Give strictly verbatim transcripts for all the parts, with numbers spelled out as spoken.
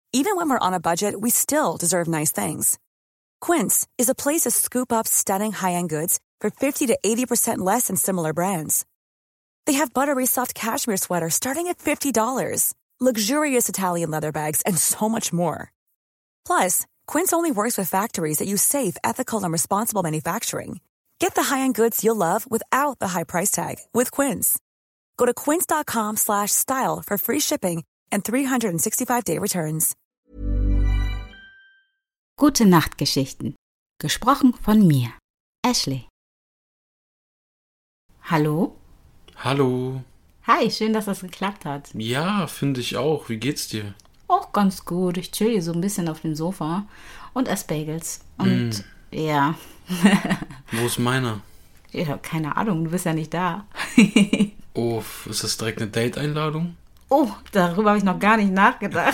Even when we're on a budget, we still deserve nice things. Quince is a place to scoop up stunning high-end goods for fifty to eighty percent less than similar brands. They have buttery soft cashmere sweaters starting at fifty dollars, luxurious Italian leather bags, and so much more. Plus, Quince only works with factories that use safe, ethical, and responsible manufacturing. Get the high-end goods you'll love without the high price tag with Quince. Go to quince.com slash style for free shipping and three sixty-five day returns. Gute Nachtgeschichten. Gesprochen von mir, Ashley. Hallo? Hallo. Hi, schön, dass das geklappt hat. Ja, finde ich auch. Wie geht's dir? Auch ganz gut. Ich chill hier so ein bisschen auf dem Sofa und esse Bagels. Und mm. ja. Wo ist meiner? Ja, keine Ahnung, du bist ja nicht da. Oh, ist das direkt eine Date-Einladung? Oh, darüber habe ich noch gar nicht nachgedacht.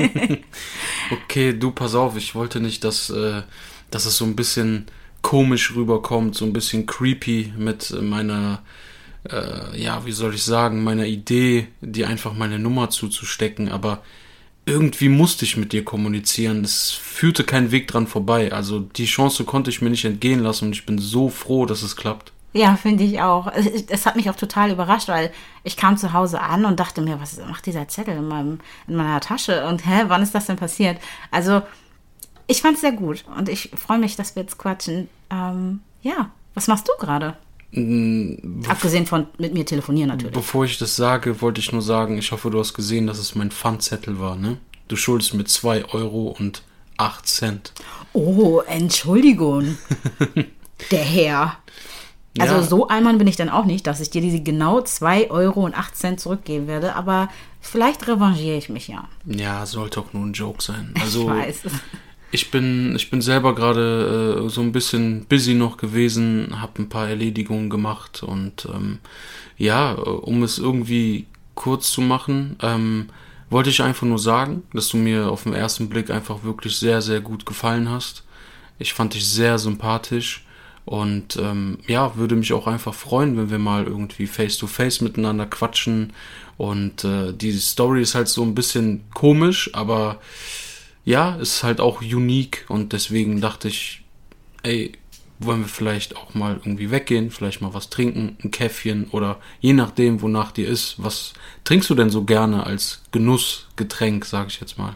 Okay, du, pass auf, ich wollte nicht, dass, äh, dass es so ein bisschen komisch rüberkommt, so ein bisschen creepy mit meiner, äh, ja, wie soll ich sagen, meiner Idee, dir einfach meine Nummer zuzustecken, aber irgendwie musste ich mit dir kommunizieren. Es führte kein Weg dran vorbei. Also die Chance konnte ich mir nicht entgehen lassen und ich bin so froh, dass es klappt. Ja, finde ich auch. Es hat mich auch total überrascht, weil ich kam zu Hause an und dachte mir, was macht dieser Zettel in, meinem, in meiner Tasche? Und hä, wann ist das denn passiert? Also, ich fand es sehr gut und ich freue mich, dass wir jetzt quatschen. Ähm, ja, was machst du gerade? Mm, Abgesehen von mit mir telefonieren natürlich. Bevor ich das sage, wollte ich nur sagen, ich hoffe, du hast gesehen, dass es mein Pfandzettel war, ne? Du schuldest mir zwei Euro und acht Cent. Oh, Entschuldigung. Der Herr. Also ja. So einmal bin ich dann auch nicht, dass ich dir diese genau zwei Euro und acht Cent zurückgeben werde, aber vielleicht revanchiere ich mich ja. Ja, sollte auch nur ein Joke sein. Also, ich weiß. Ich bin, ich bin selber gerade äh, so ein bisschen busy noch gewesen, habe ein paar Erledigungen gemacht und ähm, ja, um es irgendwie kurz zu machen, ähm, wollte ich einfach nur sagen, dass du mir auf den ersten Blick einfach wirklich sehr, sehr gut gefallen hast. Ich fand dich sehr sympathisch. Und ähm, ja, würde mich auch einfach freuen, wenn wir mal irgendwie face-to-face miteinander quatschen. Und äh, die Story ist halt so ein bisschen komisch, aber ja, ist halt auch unique. Und deswegen dachte ich, ey, wollen wir vielleicht auch mal irgendwie weggehen, vielleicht mal was trinken, ein Käffchen oder je nachdem, wonach dir ist. Was trinkst du denn so gerne als Genussgetränk, sage ich jetzt mal?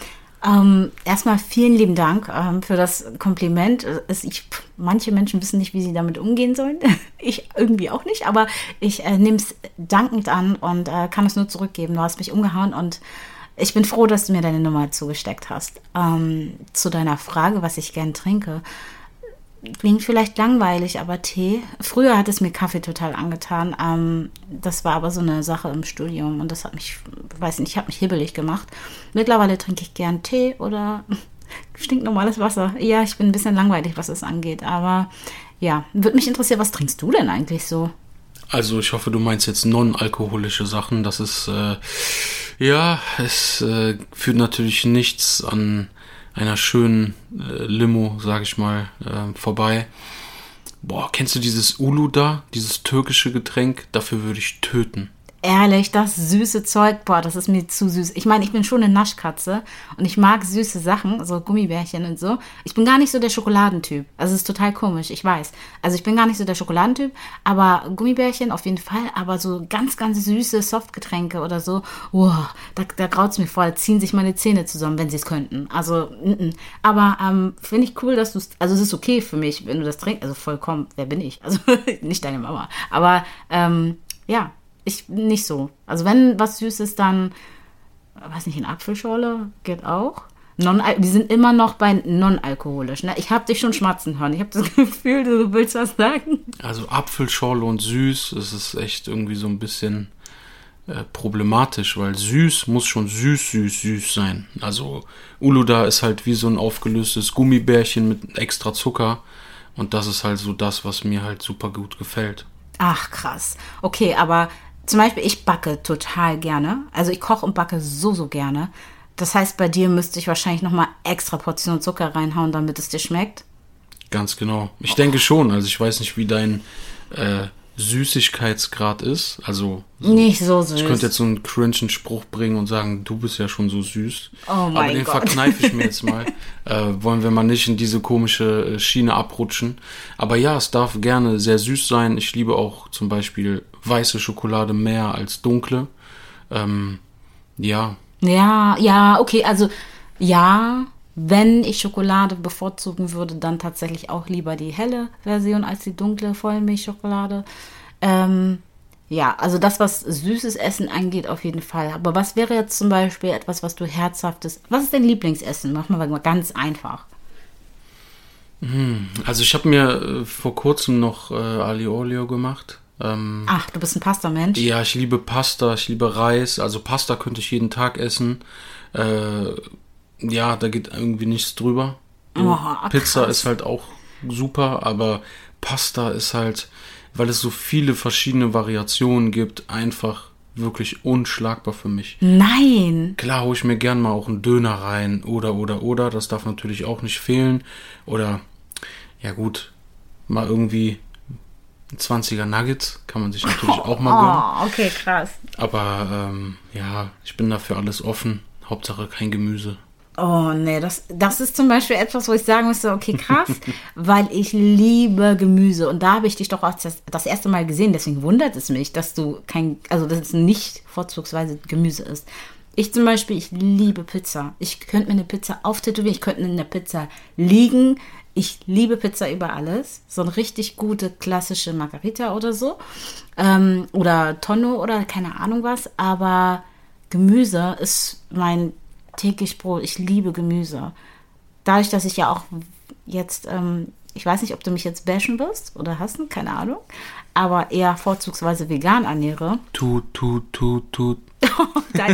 Ähm, erstmal vielen lieben Dank ähm, für das Kompliment. Es, ich, manche Menschen wissen nicht, wie sie damit umgehen sollen. Ich irgendwie auch nicht, aber ich äh, nehme es dankend an und äh, kann es nur zurückgeben. Du hast mich umgehauen und ich bin froh, dass du mir deine Nummer zugesteckt hast. Ähm, zu deiner Frage, was ich gern trinke. Klingt vielleicht langweilig, aber Tee. Früher hat es mir Kaffee total angetan. Ähm, das war aber so eine Sache im Studium und das hat mich, weiß nicht, hat mich hibbelig gemacht. Mittlerweile trinke ich gern Tee oder stinknormales Wasser. Ja, ich bin ein bisschen langweilig, was das angeht. Aber ja, würde mich interessieren, was trinkst du denn eigentlich so? Also ich hoffe, du meinst jetzt non-alkoholische Sachen. Das ist, äh, ja, es äh, führt natürlich nichts an einer schönen äh, Limo, sag ich mal, äh, vorbei. Boah, kennst du dieses Ulu da? Dieses türkische Getränk? Dafür würde ich töten. Ehrlich, das süße Zeug, boah, das ist mir zu süß. Ich meine, ich bin schon eine Naschkatze und ich mag süße Sachen, so Gummibärchen und so. Ich bin gar nicht so der Schokoladentyp. Also es ist total komisch, ich weiß. Also ich bin gar nicht so der Schokoladentyp, aber Gummibärchen auf jeden Fall. Aber so ganz, ganz süße Softgetränke oder so, wow, da, da graut es mir vor. Da ziehen sich meine Zähne zusammen, wenn sie es könnten. Also, n-n. Aber ähm, finde ich cool, dass du es, also es ist okay für mich, wenn du das trinkst. Also vollkommen, wer bin ich? Also nicht deine Mama. Aber ähm, ja, ich nicht so. Also wenn was Süßes, dann, weiß nicht, in Apfelschorle geht auch. Non- die sind immer noch bei non-alkoholisch. Ne? Ich habe dich schon schmatzen hören. Ich habe das Gefühl, du willst was sagen. Also Apfelschorle und süß, das ist echt irgendwie so ein bisschen äh, problematisch, weil süß muss schon süß, süß, süß sein. Also Uluda ist halt wie so ein aufgelöstes Gummibärchen mit extra Zucker und das ist halt so das, was mir halt super gut gefällt. Ach, krass. Okay, aber zum Beispiel, ich backe total gerne. Also ich koche und backe so, so gerne. Das heißt, bei dir müsste ich wahrscheinlich nochmal extra Portion Zucker reinhauen, damit es dir schmeckt? Ganz genau. Ich oh. denke schon. Also ich weiß nicht, wie dein äh, Süßigkeitsgrad ist. Also so, nicht so süß. Ich könnte jetzt so einen cringen Spruch bringen und sagen, du bist ja schon so süß. Oh mein Aber den Gott. verkneife ich mir jetzt mal. äh, wollen wir mal nicht in diese komische Schiene abrutschen. Aber ja, es darf gerne sehr süß sein. Ich liebe auch zum Beispiel weiße Schokolade mehr als dunkle. Ähm, ja. Ja, ja, okay, also ja, wenn ich Schokolade bevorzugen würde, dann tatsächlich auch lieber die helle Version als die dunkle Vollmilchschokolade. Ähm, ja, also das, was süßes Essen angeht, auf jeden Fall. Aber was wäre jetzt zum Beispiel etwas, was du herzhaftes... Was ist dein Lieblingsessen? Mach mal ganz einfach. Also ich habe mir äh, vor kurzem noch äh, Aglio Olio gemacht. Ähm, Ach, du bist ein Pasta-Mensch? ja, ich liebe Pasta, ich liebe Reis. Also Pasta könnte ich jeden Tag essen. Äh, ja, da geht irgendwie nichts drüber. So, Oh, Pizza krass. ist halt auch super, aber Pasta ist halt, weil es so viele verschiedene Variationen gibt, einfach wirklich unschlagbar für mich. Nein. Klar hole ich mir gern mal auch einen Döner rein oder, oder, oder. Das darf natürlich auch nicht fehlen. Oder, ja gut, mal irgendwie ein zwanziger Nuggets kann man sich natürlich auch mal gönnen. Oh, okay, krass. Aber, ähm, ja, ich bin dafür alles offen. Hauptsache kein Gemüse. Oh, nee, das, das ist zum Beispiel etwas, wo ich sagen müsste, okay, krass, weil ich liebe Gemüse. Und da habe ich dich doch auch das, das erste Mal gesehen. Deswegen wundert es mich, dass du kein, also dass es nicht vorzugsweise Gemüse ist. Ich zum Beispiel, ich liebe Pizza. Ich könnte mir eine Pizza auftätowieren, ich könnte in der Pizza liegen. Ich liebe Pizza über alles. So eine richtig gute, klassische Margarita oder so. Ähm, oder Tonno oder keine Ahnung was. Aber Gemüse ist mein täglich Brot. Ich liebe Gemüse. Dadurch, dass ich ja auch jetzt, ähm, ich weiß nicht, ob du mich jetzt bashen wirst oder hassen, keine Ahnung, aber eher vorzugsweise vegan ernähre. Tut, tut, tut, tut. Dein,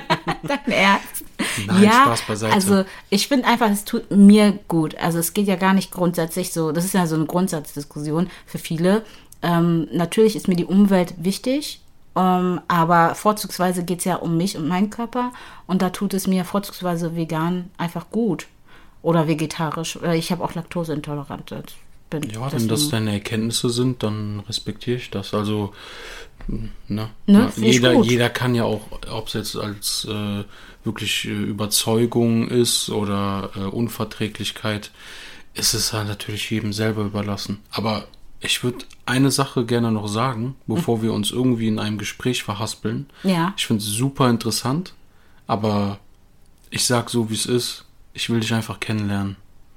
dein Ernst? Nein, ja, Spaß beiseite. also ich finde einfach, es tut mir gut. Also es geht ja gar nicht grundsätzlich so, das ist ja so eine Grundsatzdiskussion für viele. Ähm, natürlich ist mir die Umwelt wichtig, ähm, aber vorzugsweise geht es ja um mich und meinen Körper und da tut es mir vorzugsweise vegan einfach gut. Oder vegetarisch. Oder ich habe auch Laktoseintolerant. Das bin Ja, wenn deswegen- das deine Erkenntnisse sind, dann respektiere ich das. Also, ne? Ne, Ja, finde ich jeder, gut. jeder kann ja auch, ob es jetzt als äh, wirklich äh, Überzeugung ist oder äh, Unverträglichkeit, ist es ja natürlich jedem selber überlassen. Aber ich würde eine Sache gerne noch sagen, bevor wir uns irgendwie in einem Gespräch verhaspeln. Ja. Ich finde es super interessant, aber ich sag so, wie es ist. Ich will dich einfach kennenlernen.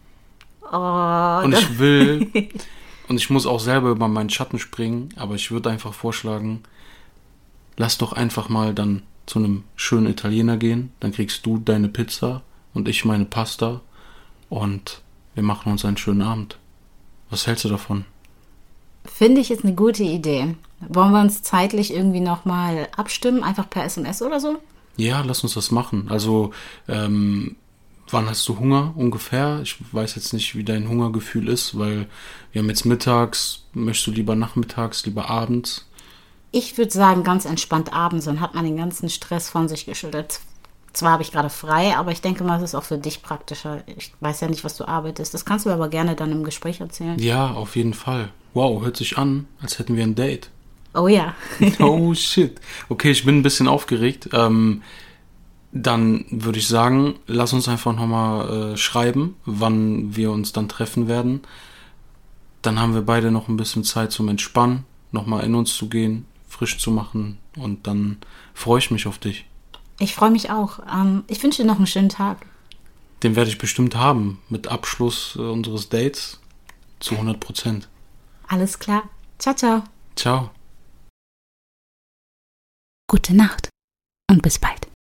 Oh, Und das- ich will, und ich muss auch selber über meinen Schatten springen, aber ich würde einfach vorschlagen, lass doch einfach mal dann zu einem schönen Italiener gehen, dann kriegst du deine Pizza und ich meine Pasta und wir machen uns einen schönen Abend. Was hältst du davon? Finde ich jetzt eine gute Idee. Wollen wir uns zeitlich irgendwie nochmal abstimmen? Einfach per S M S oder so? Ja, lass uns das machen. Also, ähm, wann hast du Hunger ungefähr? Ich weiß jetzt nicht, wie dein Hungergefühl ist, weil wir haben jetzt mittags, möchtest du lieber nachmittags, lieber abends? Ich würde sagen, ganz entspannt abends, dann hat man den ganzen Stress von sich geschüttelt. Zwar habe ich gerade frei, aber ich denke mal, es ist auch für dich praktischer. Ich weiß ja nicht, was du arbeitest. Das kannst du mir aber gerne dann im Gespräch erzählen. Ja, auf jeden Fall. Wow, hört sich an, als hätten wir ein Date. Oh ja. Oh shit. Okay, ich bin ein bisschen aufgeregt. Ähm, dann würde ich sagen, lass uns einfach nochmal äh, schreiben, wann wir uns dann treffen werden. Dann haben wir beide noch ein bisschen Zeit zum Entspannen, nochmal in uns zu gehen, frisch zu machen und dann freue ich mich auf dich. Ich freue mich auch. Ähm, ich wünsche dir noch einen schönen Tag. Den werde ich bestimmt haben, mit Abschluss äh, unseres Dates zu hundert Prozent. Alles klar. Ciao, ciao. Ciao. Gute Nacht und bis bald.